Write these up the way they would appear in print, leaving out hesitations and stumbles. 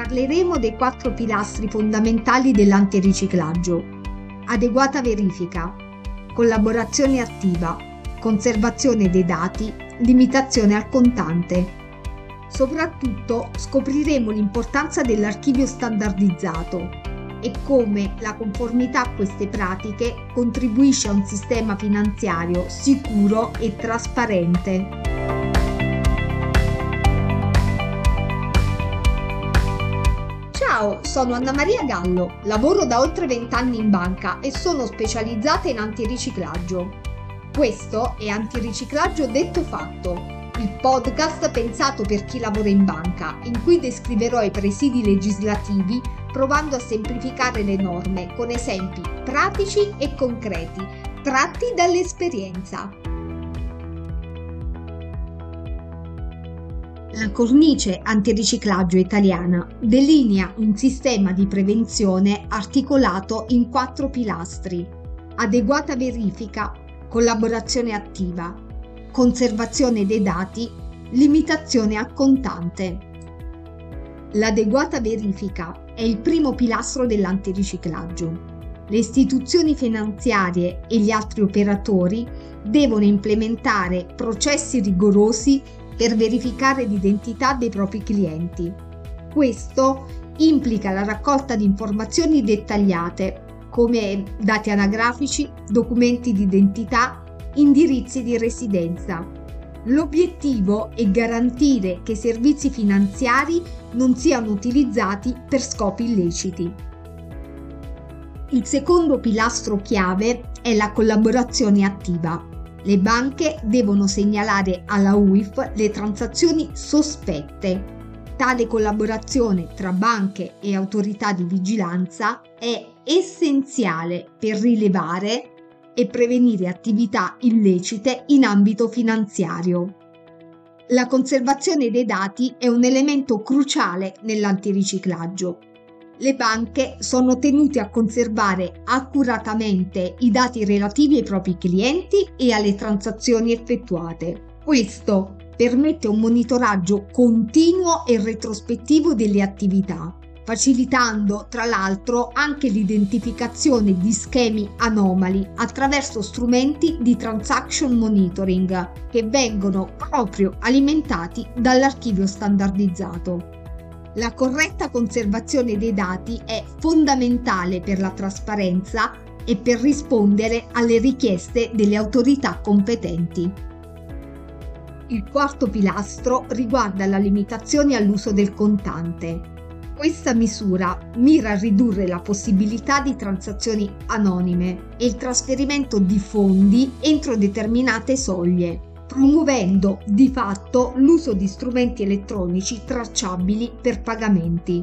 Parleremo dei 4 pilastri fondamentali dell'antiriciclaggio: adeguata verifica, collaborazione attiva, conservazione dei dati, limitazione al contante. Soprattutto scopriremo l'importanza dell'archivio standardizzato e come la conformità a queste pratiche contribuisce a un sistema finanziario sicuro e trasparente. Ciao, sono Anna Maria Gallo, lavoro da oltre 20 anni in banca e sono specializzata in antiriciclaggio. Questo è Antiriciclaggio Detto Fatto, il podcast pensato per chi lavora in banca, in cui descriverò i presidi legislativi provando a semplificare le norme con esempi pratici e concreti, tratti dall'esperienza. La cornice antiriciclaggio italiana delinea un sistema di prevenzione articolato in 4 pilastri: adeguata verifica, collaborazione attiva, conservazione dei dati, limitazione al contante. L'adeguata verifica è il primo pilastro dell'antiriciclaggio. Le istituzioni finanziarie e gli altri operatori devono implementare processi rigorosi per verificare l'identità dei propri clienti. Questo implica la raccolta di informazioni dettagliate come dati anagrafici, documenti di identità, indirizzi di residenza. L'obiettivo è garantire che i servizi finanziari non siano utilizzati per scopi illeciti. Il secondo pilastro chiave è la collaborazione attiva. Le banche devono segnalare alla UIF le transazioni sospette. Tale collaborazione tra banche e autorità di vigilanza è essenziale per rilevare e prevenire attività illecite in ambito finanziario. La conservazione dei dati è un elemento cruciale nell'antiriciclaggio. Le banche sono tenute a conservare accuratamente i dati relativi ai propri clienti e alle transazioni effettuate. Questo permette un monitoraggio continuo e retrospettivo delle attività, facilitando tra l'altro anche l'identificazione di schemi anomali attraverso strumenti di transaction monitoring che vengono proprio alimentati dall'archivio standardizzato. La corretta conservazione dei dati è fondamentale per la trasparenza e per rispondere alle richieste delle autorità competenti. Il quarto pilastro riguarda la limitazione all'uso del contante. Questa misura mira a ridurre la possibilità di transazioni anonime e il trasferimento di fondi entro determinate soglie, promuovendo di fatto l'uso di strumenti elettronici tracciabili per pagamenti.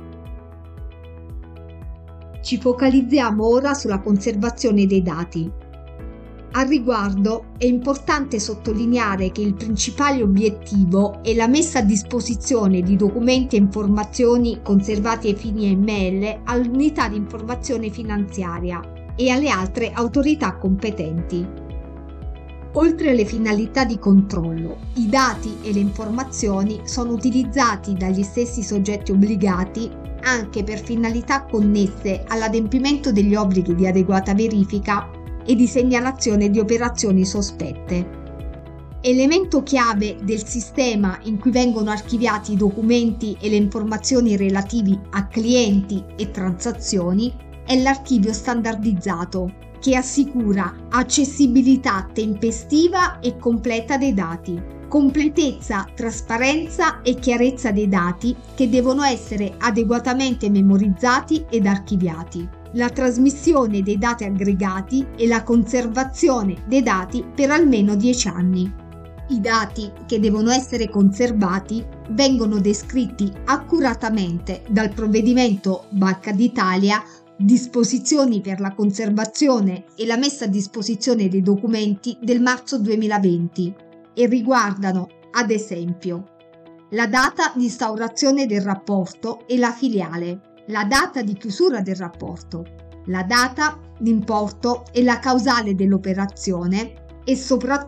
Ci focalizziamo ora sulla conservazione dei dati. Al riguardo è importante sottolineare che il principale obiettivo è la messa a disposizione di documenti e informazioni conservati ai fini AML all'unità di informazione finanziaria e alle altre autorità competenti. Oltre alle finalità di controllo, i dati e le informazioni sono utilizzati dagli stessi soggetti obbligati anche per finalità connesse all'adempimento degli obblighi di adeguata verifica e di segnalazione di operazioni sospette. Elemento chiave del sistema in cui vengono archiviati i documenti e le informazioni relativi a clienti e transazioni è l'archivio standardizzato, che assicura accessibilità tempestiva e completa dei dati, completezza, trasparenza e chiarezza dei dati che devono essere adeguatamente memorizzati ed archiviati, la trasmissione dei dati aggregati e la conservazione dei dati per almeno 10 anni. I dati che devono essere conservati vengono descritti accuratamente dal provvedimento Banca d'Italia Disposizioni per la conservazione e la messa a disposizione dei documenti del marzo 2020 e riguardano, ad esempio, la data di instaurazione del rapporto e la filiale, la data di chiusura del rapporto, la data, l'importo e la causale dell'operazione e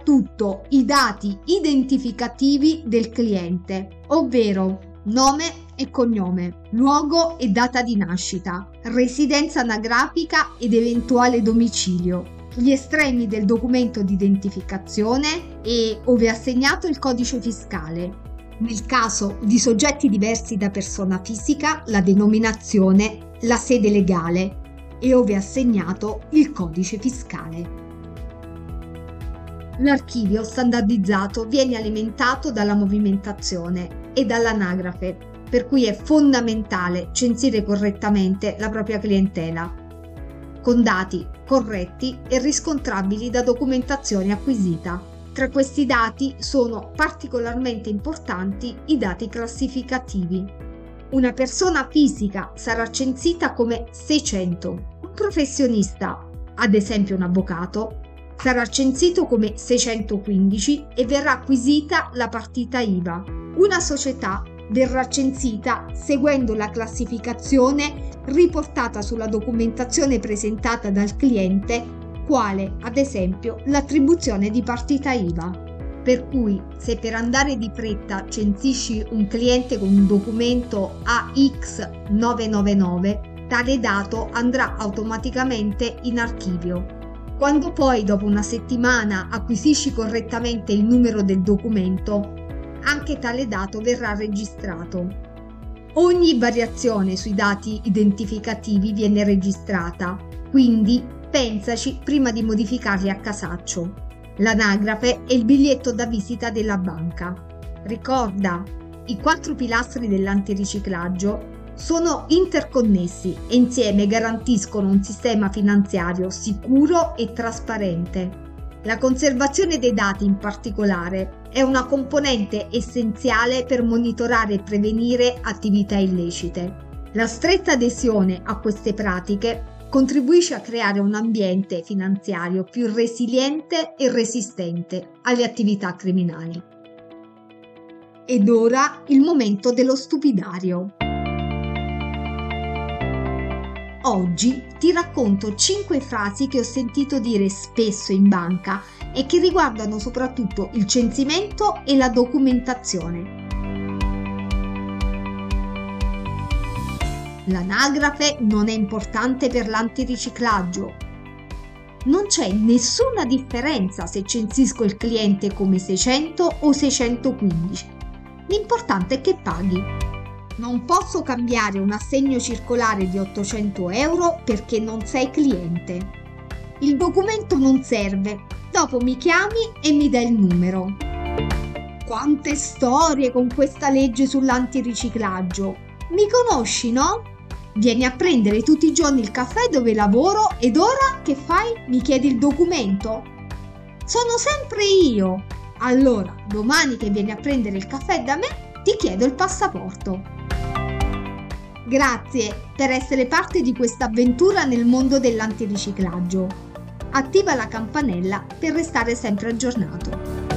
soprattutto i dati identificativi del cliente, ovvero nome, e cognome, luogo e data di nascita, residenza anagrafica ed eventuale domicilio, gli estremi del documento di identificazione e, ove assegnato, il codice fiscale. Nel caso di soggetti diversi da persona fisica, la denominazione, la sede legale e, ove assegnato, il codice fiscale. L'archivio standardizzato viene alimentato dalla movimentazione e dall'anagrafe, per cui è fondamentale censire correttamente la propria clientela, con dati corretti e riscontrabili da documentazione acquisita. Tra questi dati sono particolarmente importanti i dati classificativi. Una persona fisica sarà censita come 600, un professionista, ad esempio un avvocato, sarà censito come 615 e verrà acquisita la partita IVA. Una società verrà censita seguendo la classificazione riportata sulla documentazione presentata dal cliente, quale ad esempio l'attribuzione di partita IVA. Per cui, se per andare di fretta censisci un cliente con un documento AX999, tale dato andrà automaticamente in archivio. Quando poi dopo una settimana acquisisci correttamente il numero del documento, anche tale dato verrà registrato. Ogni variazione sui dati identificativi viene registrata, quindi pensaci prima di modificarli a casaccio. L'anagrafe è il biglietto da visita della banca. Ricorda, i 4 pilastri dell'antiriciclaggio sono interconnessi e insieme garantiscono un sistema finanziario sicuro e trasparente. La conservazione dei dati in particolare è una componente essenziale per monitorare e prevenire attività illecite. La stretta adesione a queste pratiche contribuisce a creare un ambiente finanziario più resiliente e resistente alle attività criminali. Ed ora il momento dello stupidario. Oggi ti racconto 5 frasi che ho sentito dire spesso in banca e che riguardano soprattutto il censimento e la documentazione. L'anagrafe non è importante per l'antiriciclaggio. Non c'è nessuna differenza se censisco il cliente come 600 o 615. L'importante è che paghi. Non posso cambiare un assegno circolare di 800 euro perché non sei cliente. Il documento non serve, dopo mi chiami e mi dai il numero. Quante storie con questa legge sull'antiriciclaggio! Mi conosci, no? Vieni a prendere tutti i giorni il caffè dove lavoro ed ora che fai? Mi chiedi il documento? Sono sempre io! Allora, domani che vieni a prendere il caffè da me, ti chiedo il passaporto. Grazie per essere parte di questa avventura nel mondo dell'antiriciclaggio. Attiva la campanella per restare sempre aggiornato.